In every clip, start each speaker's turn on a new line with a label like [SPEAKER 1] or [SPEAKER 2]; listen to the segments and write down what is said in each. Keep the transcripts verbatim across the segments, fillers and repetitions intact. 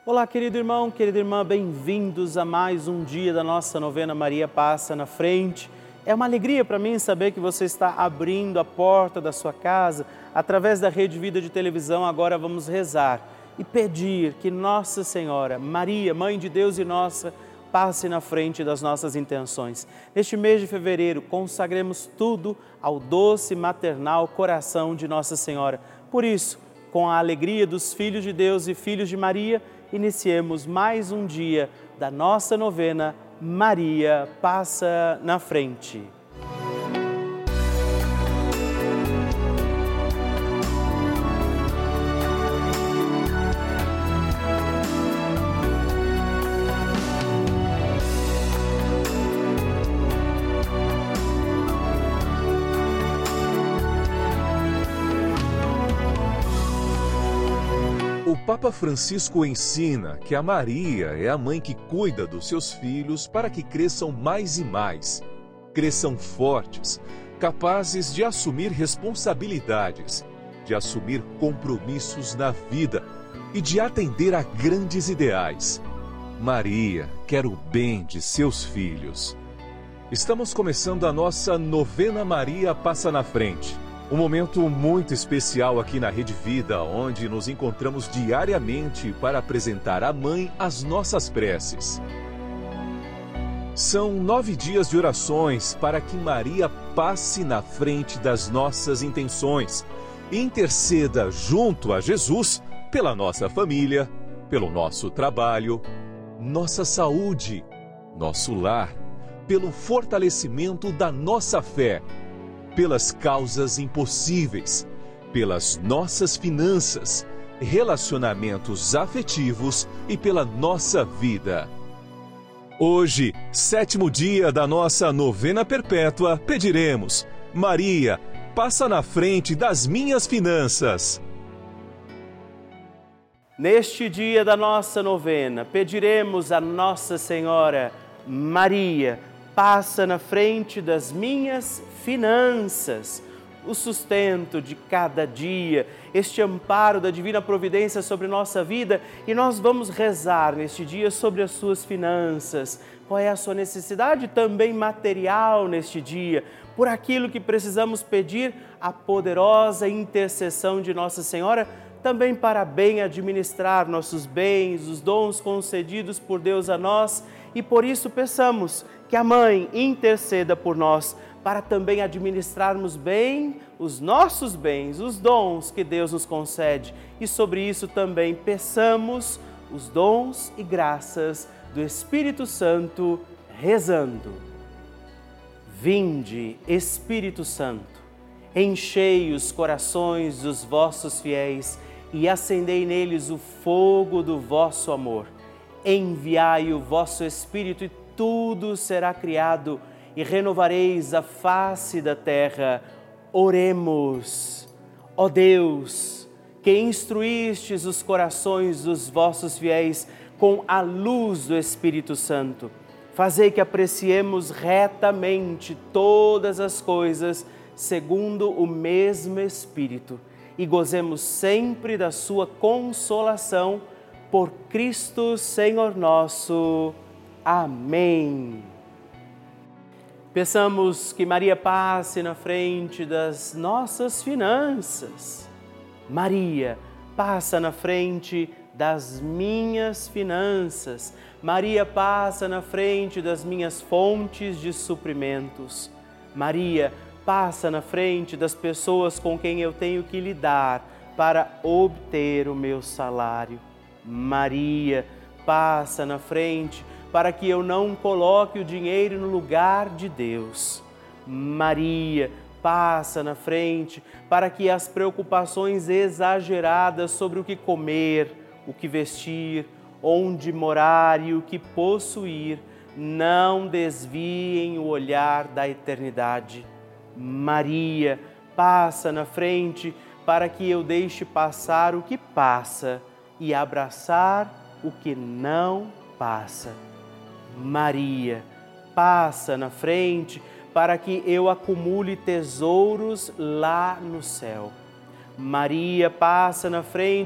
[SPEAKER 1] Olá, querido irmão, querida irmã, bem-vindos a mais um dia da nossa novena Maria Passa na Frente. É uma alegria para mim saber que você está abrindo a porta da sua casa. Através da Rede Vida de Televisão, agora vamos rezar e pedir que Nossa Senhora, Maria, Mãe de Deus e nossa, passe na frente das nossas intenções. Neste mês de fevereiro, consagremos tudo ao doce maternal coração de Nossa Senhora. Por isso, com a alegria dos filhos de Deus e filhos de Maria, iniciemos mais um dia da nossa novena Maria Passa na Frente.
[SPEAKER 2] O Papa Francisco ensina que a Maria é a mãe que cuida dos seus filhos para que cresçam mais e mais, cresçam fortes, capazes de assumir responsabilidades, de assumir compromissos na vida e de atender a grandes ideais. Maria quer o bem de seus filhos. Estamos começando a nossa novena Maria Passa na Frente. Um momento muito especial aqui na Rede Vida, onde nos encontramos diariamente para apresentar à Mãe as nossas preces. São nove dias de orações para que Maria passe na frente das nossas intenções e interceda junto a Jesus pela nossa família, pelo nosso trabalho, nossa saúde, nosso lar, pelo fortalecimento da nossa fé, pelas causas impossíveis, pelas nossas finanças, relacionamentos afetivos e pela nossa vida. Hoje, sétimo dia da nossa novena perpétua, pediremos: Maria, passa na frente das minhas finanças.
[SPEAKER 1] Neste dia da nossa novena, pediremos a Nossa Senhora, Maria, passa na frente das minhas finanças, o sustento de cada dia, este amparo da Divina Providência sobre nossa vida, e nós vamos rezar neste dia sobre as suas finanças. Qual é a sua necessidade também material neste dia? Por aquilo que precisamos pedir a poderosa intercessão de Nossa Senhora, também para bem administrar nossos bens, os dons concedidos por Deus a nós, e por isso peçamos que a Mãe interceda por nós, para também administrarmos bem os nossos bens, os dons que Deus nos concede. E sobre isso também peçamos os dons e graças do Espírito Santo, rezando. Vinde, Espírito Santo, enchei os corações dos vossos fiéis e acendei neles o fogo do vosso amor. Enviai o vosso Espírito e tudo será criado e renovareis a face da terra. Oremos. Ó Deus, que instruístes os corações dos vossos fiéis com a luz do Espírito Santo, fazei que apreciemos retamente todas as coisas segundo o mesmo Espírito e gozemos sempre da sua consolação por Cristo Senhor nosso. Amém. Peçamos que Maria passe na frente das nossas finanças. Maria, passa na frente das minhas finanças. Maria, passa na frente das minhas fontes de suprimentos. Maria, passa na frente das pessoas com quem eu tenho que lidar para obter o meu salário. Maria, passa na frente para que eu não coloque o dinheiro no lugar de Deus. Maria, passa na frente para que as preocupações exageradas sobre o que comer, o que vestir, onde morar e o que possuir não desviem o olhar da eternidade. Maria, passa na frente para que eu deixe passar o que passa e abraçar o que não passa. Maria, passa na frente para que eu acumule tesouros lá no céu. Maria, passa na frente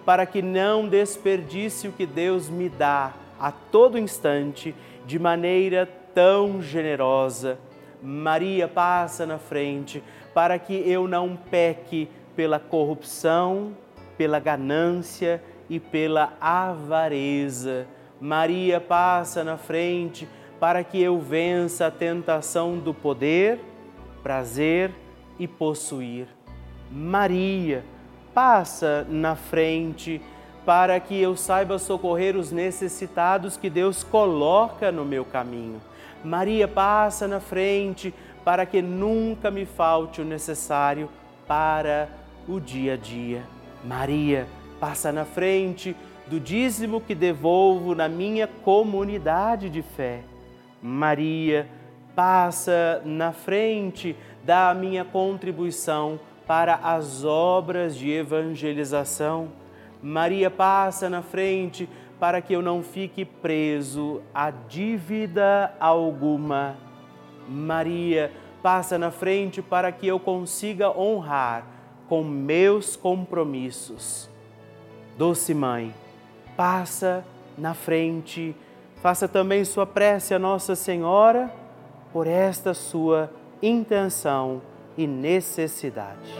[SPEAKER 1] para que não desperdice o que Deus me dá a todo instante de maneira tão generosa. Maria, passa na frente para que eu não peque pela corrupção, pela ganância e pela avareza. Maria, passa na frente para que eu vença a tentação do poder, prazer e possuir. Maria, passa na frente para que eu saiba socorrer os necessitados que Deus coloca no meu caminho. Maria, passa na frente para que nunca me falte o necessário para o dia a dia. Maria, passa na frente do dízimo que devolvo na minha comunidade de fé. Maria, passa na frente da minha contribuição para as obras de evangelização. Maria, passa na frente para que eu não fique preso a dívida alguma. Maria, passa na frente para que eu consiga honrar com meus compromissos. Doce Mãe, passa na frente, faça também sua prece a Nossa Senhora por esta sua intenção e necessidade.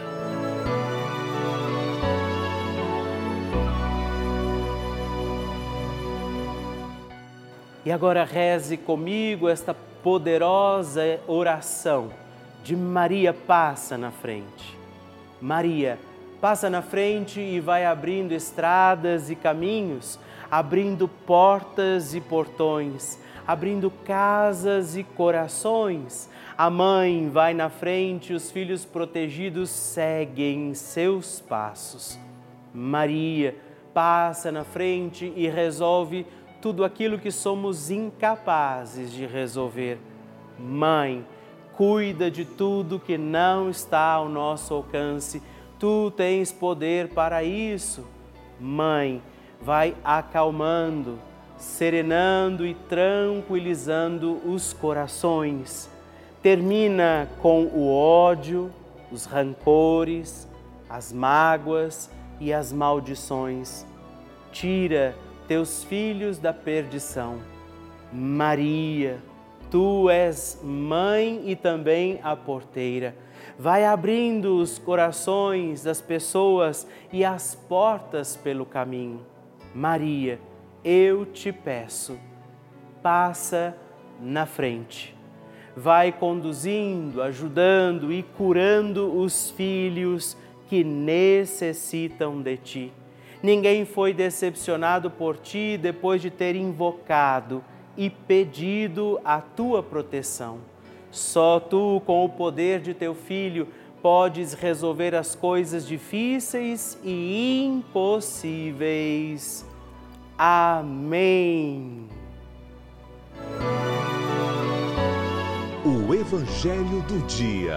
[SPEAKER 1] E agora reze comigo esta poderosa oração de Maria passa na frente. Maria passa na frente e vai abrindo estradas e caminhos, abrindo portas e portões, abrindo casas e corações. A mãe vai na frente, os filhos protegidos seguem seus passos. Maria passa na frente e resolve tudo aquilo que somos incapazes de resolver. Mãe, cuida de tudo que não está ao nosso alcance. Tu tens poder para isso. Mãe, vai acalmando, serenando e tranquilizando os corações. Termina com o ódio, os rancores, as mágoas e as maldições. Tira teus filhos da perdição. Maria, tu és mãe e também a porteira. Vai abrindo os corações das pessoas e as portas pelo caminho. Maria, eu te peço, passa na frente. Vai conduzindo, ajudando e curando os filhos que necessitam de ti. Ninguém foi decepcionado por ti depois de ter invocado e pedido a tua proteção. Só tu, com o poder de teu Filho, podes resolver as coisas difíceis e impossíveis. Amém.
[SPEAKER 2] O Evangelho do Dia.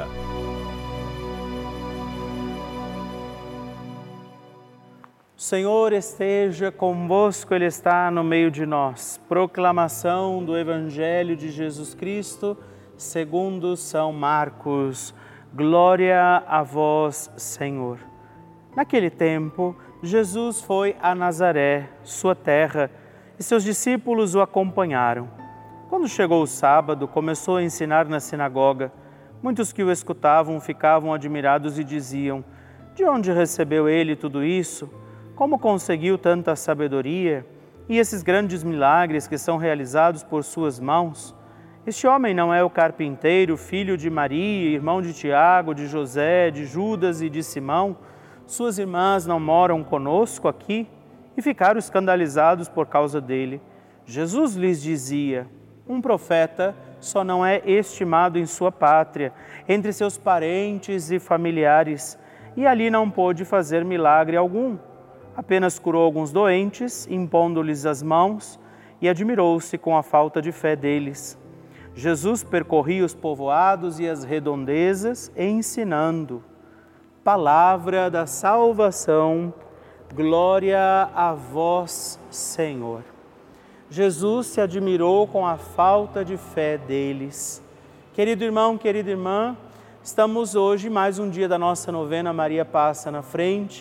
[SPEAKER 1] O Senhor esteja convosco, Ele está no meio de nós. Proclamação do Evangelho de Jesus Cristo, segundo São Marcos. Glória a vós, Senhor. Naquele tempo, Jesus foi a Nazaré, sua terra, e seus discípulos o acompanharam. Quando chegou o sábado, começou a ensinar na sinagoga. Muitos que o escutavam ficavam admirados e diziam: de onde recebeu ele tudo isso? Como conseguiu tanta sabedoria e esses grandes milagres que são realizados por suas mãos? Este homem não é o carpinteiro, filho de Maria, irmão de Tiago, de José, de Judas e de Simão? Suas irmãs não moram conosco aqui? E ficaram escandalizados por causa dele. Jesus lhes dizia: um profeta só não é estimado em sua pátria, entre seus parentes e familiares, e ali não pôde fazer milagre algum. Apenas curou alguns doentes, impondo-lhes as mãos, e admirou-se com a falta de fé deles. Jesus percorria os povoados e as redondezas, ensinando. Palavra da salvação, glória a vós, Senhor. Jesus se admirou com a falta de fé deles. Querido irmão, querida irmã, estamos hoje mais um dia da nossa novena Maria Passa na Frente,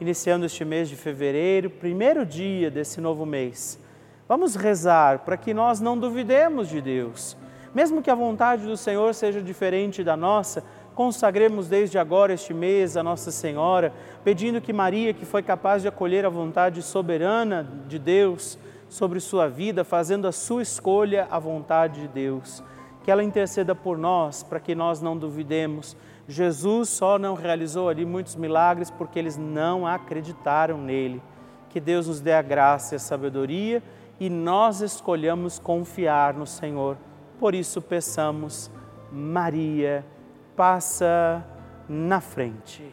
[SPEAKER 1] iniciando este mês de fevereiro, primeiro dia desse novo mês. Vamos rezar para que nós não duvidemos de Deus. Mesmo que a vontade do Senhor seja diferente da nossa, consagremos desde agora este mês a Nossa Senhora, pedindo que Maria, que foi capaz de acolher a vontade soberana de Deus sobre sua vida, fazendo a sua escolha à vontade de Deus, que ela interceda por nós, para que nós não duvidemos. Jesus só não realizou ali muitos milagres porque eles não acreditaram nele. Que Deus nos dê a graça e a sabedoria e nós escolhamos confiar no Senhor. Por isso peçamos, Maria, passa na frente.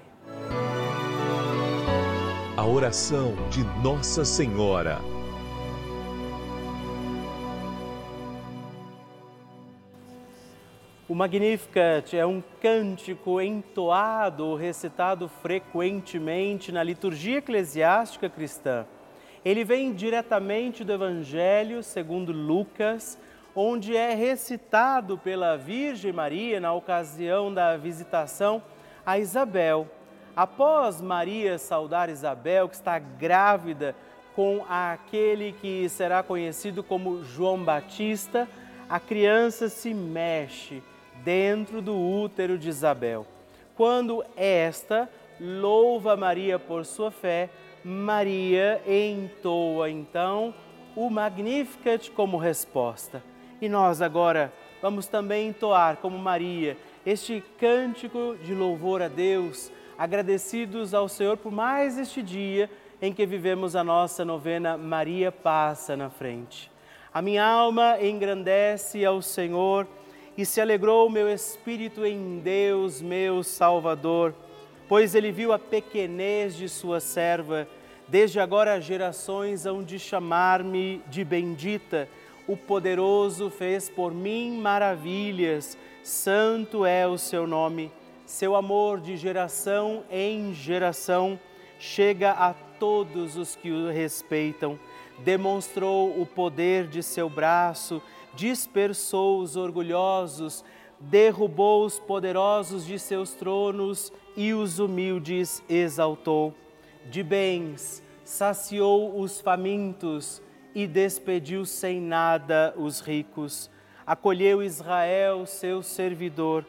[SPEAKER 2] A oração de Nossa Senhora.
[SPEAKER 1] O Magnificat é um cântico entoado, recitado frequentemente na liturgia eclesiástica cristã. Ele vem diretamente do Evangelho segundo Lucas, onde é recitado pela Virgem Maria na ocasião da visitação a Isabel. Após Maria saudar Isabel, que está grávida com aquele que será conhecido como João Batista, a criança se mexe dentro do útero de Isabel. Quando esta louva Maria por sua fé, Maria entoa então o Magnificat como resposta. E nós agora vamos também entoar como Maria este cântico de louvor a Deus, agradecidos ao Senhor por mais este dia em que vivemos a nossa novena Maria Passa na Frente. A minha alma engrandece ao Senhor e se alegrou o meu espírito em Deus, meu Salvador, pois Ele viu a pequenez de sua serva. Desde agora as gerações hão de chamar-me de bendita. O poderoso fez por mim maravilhas, santo é o seu nome. Seu amor de geração em geração chega a todos os que o respeitam. Demonstrou o poder de seu braço, dispersou os orgulhosos, derrubou os poderosos de seus tronos e os humildes exaltou. De bens saciou os famintos e despediu sem nada os ricos. Acolheu Israel, seu servidor,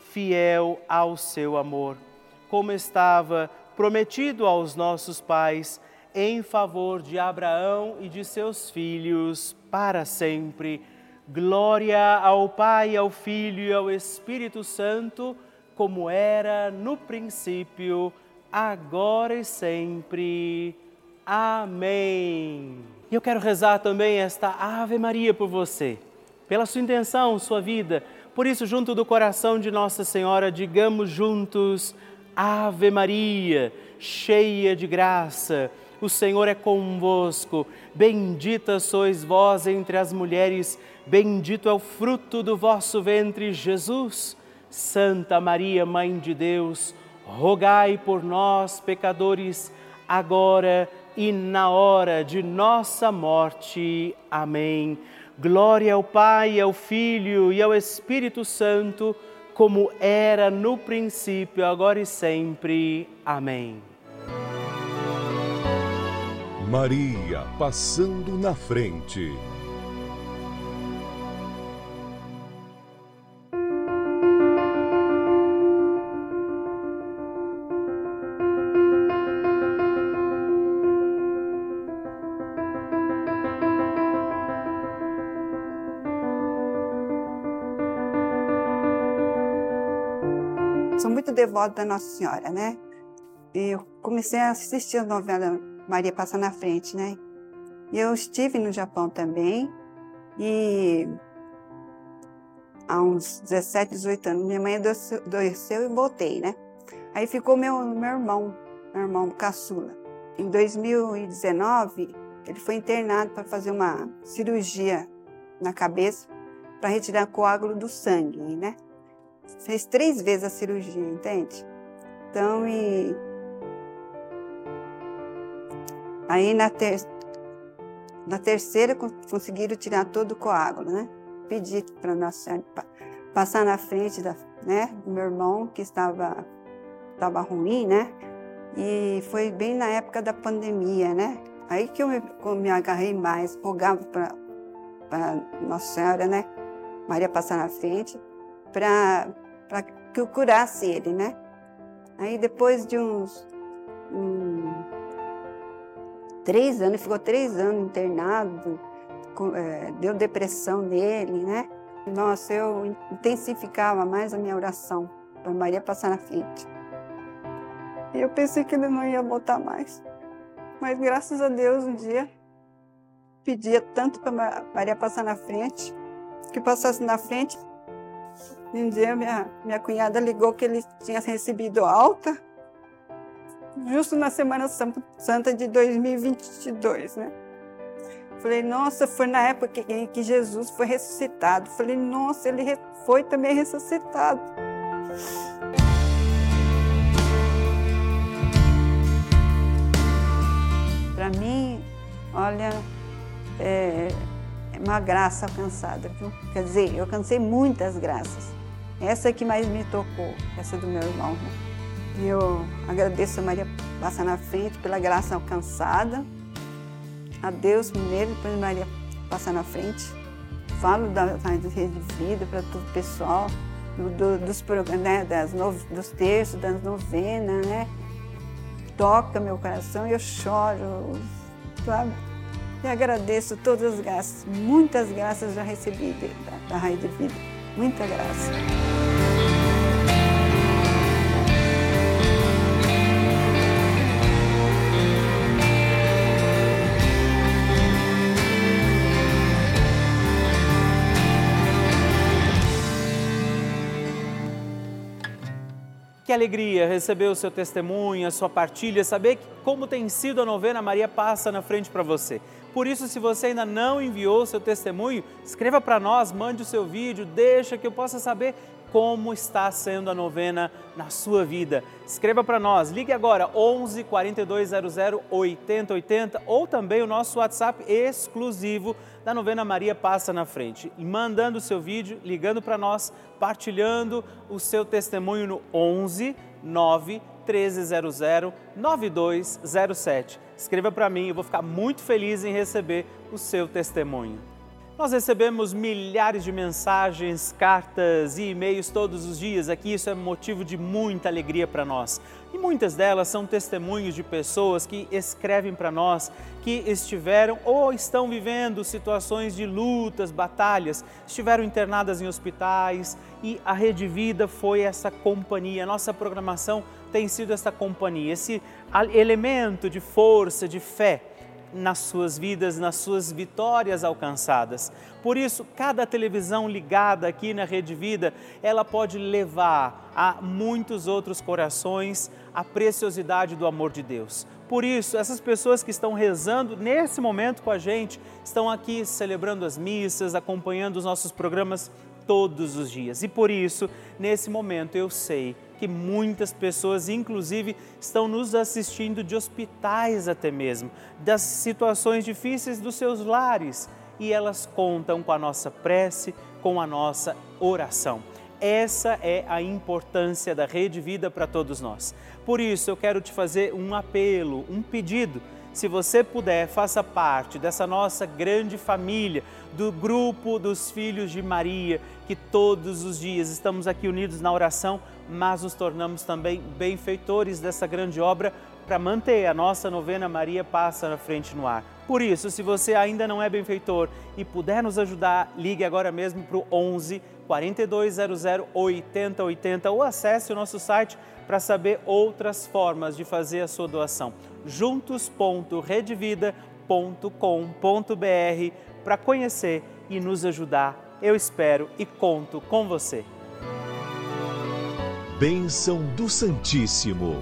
[SPEAKER 1] fiel ao seu amor, como estava prometido aos nossos pais, em favor de Abraão e de seus filhos para sempre. Glória ao Pai, ao Filho e ao Espírito Santo, como era no princípio, agora e sempre. Amém. E eu quero rezar também esta Ave Maria por você, pela sua intenção, sua vida. Por isso, junto do coração de Nossa Senhora, digamos juntos: Ave Maria, cheia de graça, o Senhor é convosco. Bendita sois vós entre as mulheres, bendito é o fruto do vosso ventre, Jesus. Santa Maria, Mãe de Deus, rogai por nós, pecadores, agora e na hora de nossa morte. Amém. Glória ao Pai, ao Filho e ao Espírito Santo, como era no princípio, agora e sempre. Amém.
[SPEAKER 2] Maria passando na frente.
[SPEAKER 3] Sou muito devota da Nossa Senhora, né? E eu comecei a assistir a novela Maria Passa na Frente, né? E eu estive no Japão também e há uns dezessete, dezoito anos minha mãe adoeceu e voltei, né? Aí ficou meu, meu irmão, meu irmão caçula. Em dois mil e dezenove, ele foi internado para fazer uma cirurgia na cabeça para retirar coágulo do sangue, né? Fez três vezes a cirurgia, entende? Então, e... Aí, na, ter... na terceira, conseguiram tirar todo o coágulo, né? Pedi para Nossa Senhora passar na frente da, né, do meu irmão, que estava, estava ruim, né? E foi bem na época da pandemia, né? Aí que eu me, eu me agarrei mais, rogava para Nossa Senhora, né? Maria passar na frente, para que eu curasse ele, né? Aí depois de uns um, três anos, ficou três anos internado, com, é, deu depressão nele, né? Nossa, eu intensificava mais a minha oração para Maria passar na frente. E eu pensei que ele não ia voltar mais. Mas graças a Deus, um dia, pedia tanto para Maria passar na frente, que passasse na frente. Um dia minha, minha cunhada ligou que ele tinha recebido alta, justo na Semana Santa de dois mil e vinte e dois, né? Falei, nossa, foi na época que, que Jesus foi ressuscitado. Falei, nossa, ele foi também ressuscitado. Para mim, olha, é, é uma graça alcançada, viu? Quer dizer, eu alcancei muitas graças. Essa é que mais me tocou, essa do meu irmão. Né? E eu agradeço a Maria passar na frente pela graça alcançada. A Deus primeiro, depois a Maria passar na frente. Falo da, da Rede Vida para todo o pessoal, do, do, dos, né, das no, dos terços, das novenas, né? Toca meu coração e eu choro, sabe? E agradeço todas as graças, muitas graças já recebi da, da Rede Vida, muita graça.
[SPEAKER 1] Que alegria receber o seu testemunho, a sua partilha, saber que, como tem sido a novena Maria Passa na Frente para você. Por isso, se você ainda não enviou o seu testemunho, escreva para nós, mande o seu vídeo, deixa que eu possa saber como está sendo a novena na sua vida. Escreva para nós, ligue agora onze, quarenta e dois zero zero, oitenta oitenta ou também o nosso WhatsApp exclusivo da novena Maria Passa na Frente. E mandando o seu vídeo, ligando para nós, partilhando o seu testemunho no onze, nove, treze zero zero, nove dois zero sete. Escreva para mim, eu vou ficar muito feliz em receber o seu testemunho. Nós recebemos milhares de mensagens, cartas e e-mails todos os dias aqui, isso é motivo de muita alegria para nós. E muitas delas são testemunhos de pessoas que escrevem para nós, que estiveram ou estão vivendo situações de lutas, batalhas, estiveram internadas em hospitais e a Rede Vida foi essa companhia, a nossa programação tem sido essa companhia, esse elemento de força, de fé nas suas vidas, nas suas vitórias alcançadas. Por isso, cada televisão ligada aqui na Rede Vida, ela pode levar a muitos outros corações a preciosidade do amor de Deus. Por isso, essas pessoas que estão rezando nesse momento com a gente, estão aqui celebrando as missas, acompanhando os nossos programas todos os dias. E por isso, nesse momento, eu sei que muitas pessoas, inclusive, estão nos assistindo de hospitais até mesmo, das situações difíceis dos seus lares, e elas contam com a nossa prece, com a nossa oração. Essa é a importância da Rede Vida para todos nós. Por isso, eu quero te fazer um apelo, um pedido. Se você puder, faça parte dessa nossa grande família, do grupo dos Filhos de Maria, que todos os dias estamos aqui unidos na oração, mas nos tornamos também benfeitores dessa grande obra para manter a nossa novena Maria Passa na Frente no ar. Por isso, se você ainda não é benfeitor e puder nos ajudar, ligue agora mesmo para o onze, quarenta e dois zero zero, oitenta oitenta ou acesse o nosso site para saber outras formas de fazer a sua doação. juntos ponto redevida ponto com ponto br para conhecer e nos ajudar. Eu espero e conto com você.
[SPEAKER 2] Bênção do Santíssimo.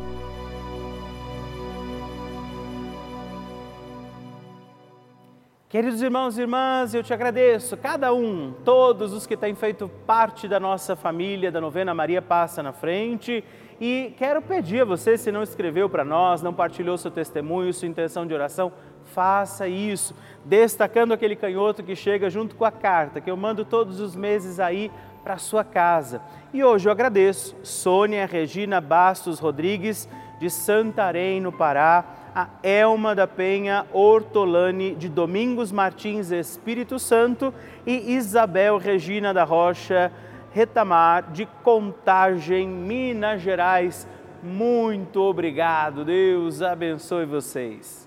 [SPEAKER 1] Queridos irmãos e irmãs, eu te agradeço, cada um, todos os que têm feito parte da nossa família, da novena Maria Passa na Frente. E quero pedir a você, se não escreveu para nós, não partilhou seu testemunho, sua intenção de oração, faça isso, destacando aquele canhoto que chega junto com a carta, que eu mando todos os meses aí para a sua casa. E hoje eu agradeço Sônia Regina Bastos Rodrigues, de Santarém, no Pará, a Elma da Penha Ortolani de Domingos Martins, Espírito Santo, e Isabel Regina da Rocha Retamar de Contagem, Minas Gerais. Muito obrigado, Deus abençoe vocês.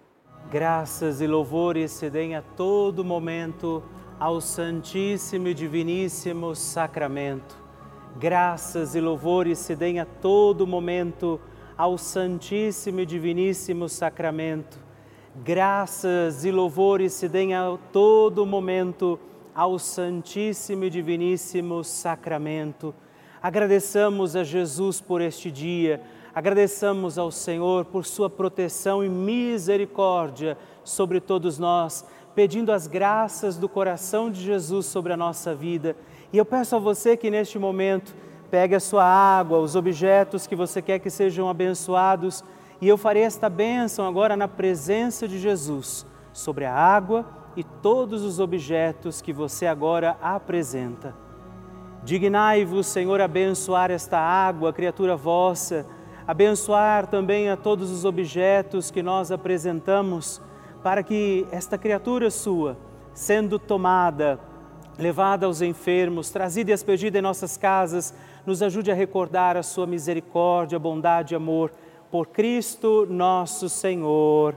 [SPEAKER 1] Graças e louvores se deem a todo momento ao Santíssimo e Diviníssimo Sacramento. Graças e louvores se deem a todo momento ao Santíssimo e Diviníssimo Sacramento. Graças e louvores se deem a todo momento ao Santíssimo e Diviníssimo Sacramento. Agradeçamos a Jesus por este dia, agradeçamos ao Senhor por sua proteção e misericórdia sobre todos nós, pedindo as graças do coração de Jesus sobre a nossa vida. E eu peço a você que neste momento pegue a sua água, os objetos que você quer que sejam abençoados, e eu farei esta bênção agora na presença de Jesus, sobre a água e todos os objetos que você agora apresenta. Dignai-vos, Senhor, abençoar esta água, criatura vossa, abençoar também a todos os objetos que nós apresentamos, para que esta criatura sua, sendo tomada, levada aos enfermos, trazida e expedida em nossas casas, nos ajude a recordar a sua misericórdia, bondade e amor, por Cristo nosso Senhor.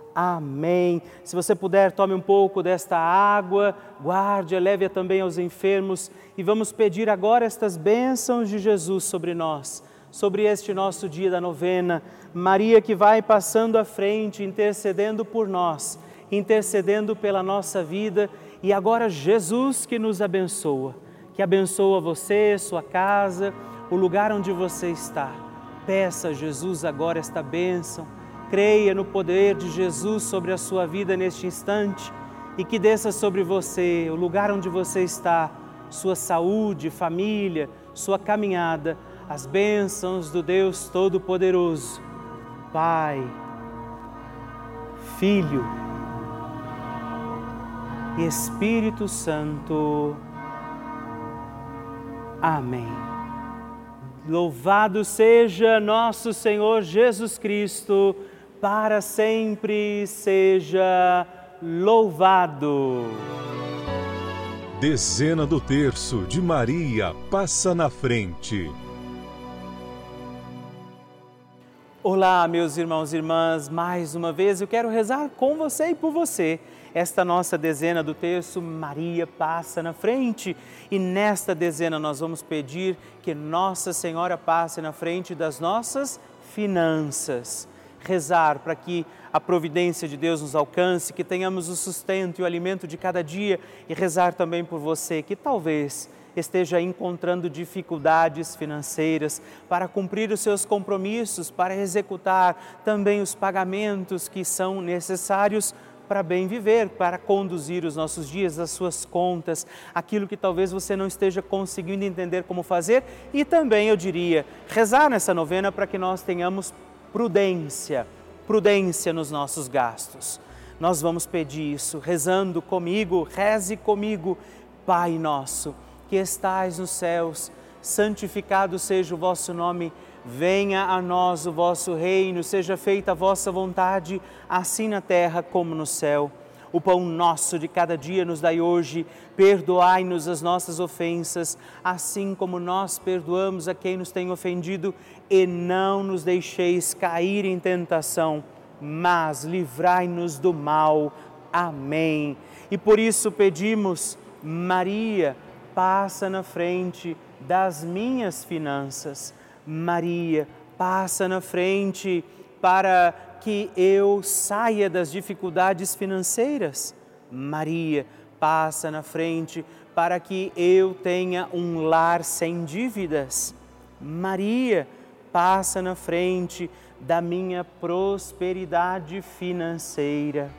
[SPEAKER 1] Amém. Se você puder, tome um pouco desta água, guarde, leve-a também aos enfermos e vamos pedir agora estas bênçãos de Jesus sobre nós, sobre este nosso dia da novena. Maria que vai passando à frente, intercedendo por nós, intercedendo pela nossa vida, e agora Jesus que nos abençoa, que abençoa você, sua casa, o lugar onde você está. Peça a Jesus agora esta bênção, creia no poder de Jesus sobre a sua vida neste instante e que desça sobre você, o lugar onde você está, sua saúde, família, sua caminhada, as bênçãos do Deus Todo-Poderoso, Pai, Filho e Espírito Santo. Amém. Louvado seja nosso Senhor Jesus Cristo, para sempre seja louvado.
[SPEAKER 2] Dezena do terço de Maria passa na frente.
[SPEAKER 1] Olá, meus irmãos e irmãs, mais uma vez eu quero rezar com você e por você. Esta nossa dezena do terço, Maria passa na frente. E nesta dezena nós vamos pedir que Nossa Senhora passe na frente das nossas finanças. Rezar para que a providência de Deus nos alcance, que tenhamos o sustento e o alimento de cada dia, e rezar também por você que talvez esteja encontrando dificuldades financeiras para cumprir os seus compromissos, para executar também os pagamentos que são necessários para bem viver, para conduzir os nossos dias, as suas contas, aquilo que talvez você não esteja conseguindo entender como fazer, e também, eu diria, rezar nessa novena para que nós tenhamos prudência, prudência nos nossos gastos. Nós vamos pedir isso, rezando comigo, reze comigo. Pai nosso, que estais nos céus, santificado seja o vosso nome, venha a nós o vosso reino, seja feita a vossa vontade, assim na terra como no céu. O pão nosso de cada dia nos dai hoje, perdoai-nos as nossas ofensas, assim como nós perdoamos a quem nos tem ofendido, e não nos deixeis cair em tentação, mas livrai-nos do mal. Amém. E por isso pedimos, Maria, passa na frente das minhas finanças. Maria, passa na frente para que eu saia das dificuldades financeiras. Maria, passa na frente para que eu tenha um lar sem dívidas. Maria, passa na frente da minha prosperidade financeira.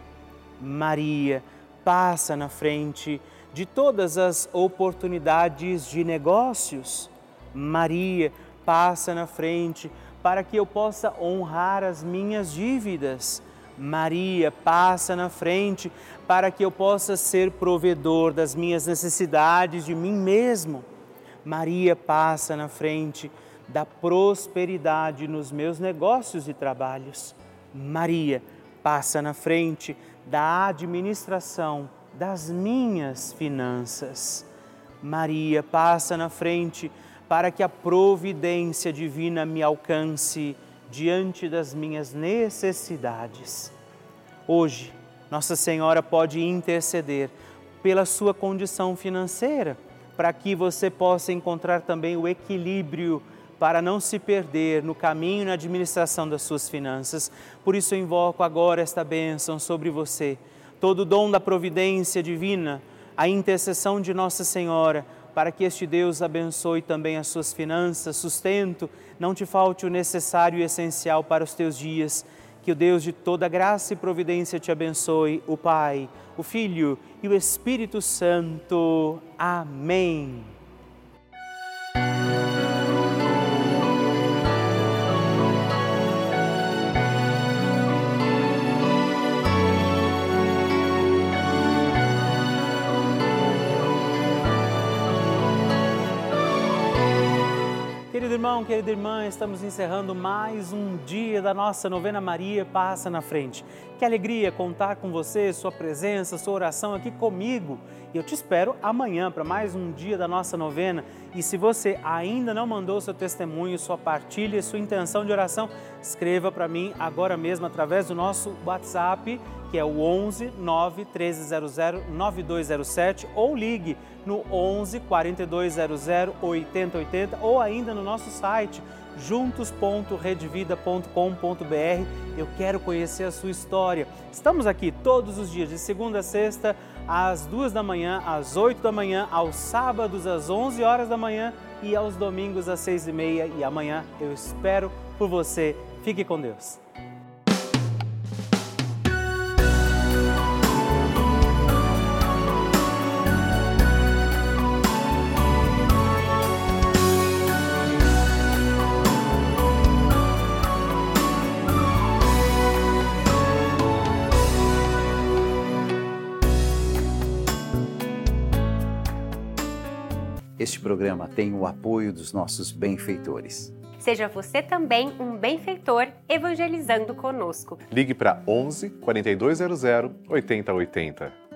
[SPEAKER 1] Maria, passa na frente de todas as oportunidades de negócios. Maria, passa na frente para que eu possa honrar as minhas dívidas. Maria, passa na frente para que eu possa ser provedor das minhas necessidades de mim mesmo. Maria, passa na frente da prosperidade nos meus negócios e trabalhos. Maria, passa na frente da administração das minhas finanças. Maria, passa na frente para que a providência divina me alcance diante das minhas necessidades. Hoje, Nossa Senhora pode interceder pela sua condição financeira, para que você possa encontrar também o equilíbrio para não se perder no caminho e na administração das suas finanças. Por isso eu invoco agora esta bênção sobre você, todo o dom da providência divina, a intercessão de Nossa Senhora, para que este Deus abençoe também as suas finanças, sustento, não te falte o necessário e essencial para os teus dias. Que o Deus de toda graça e providência te abençoe, o Pai, o Filho e o Espírito Santo. Amém. Querido irmão, querida irmã, estamos encerrando mais um dia da nossa novena Maria Passa na Frente. Que alegria contar com você, sua presença, sua oração aqui comigo. E eu te espero amanhã para mais um dia da nossa novena. E se você ainda não mandou seu testemunho, sua partilha, sua intenção de oração, escreva para mim agora mesmo através do nosso WhatsApp, que é o onze, nove, treze zero zero, nove dois zero sete, ou ligue no onze, quarenta e dois zero zero, oitenta oitenta, ou ainda no nosso site juntos ponto redvida ponto com ponto br. Eu quero conhecer a sua história. Estamos aqui todos os dias, de segunda a sexta, às duas da manhã, às oito da manhã, aos sábados às onze horas da manhã e aos domingos às seis e meia. E amanhã eu espero por você. Fique com Deus.
[SPEAKER 4] Este programa tem o apoio dos nossos benfeitores.
[SPEAKER 5] Seja você também um benfeitor evangelizando conosco.
[SPEAKER 6] Ligue para onze, quarenta e dois zero zero, oitenta oitenta.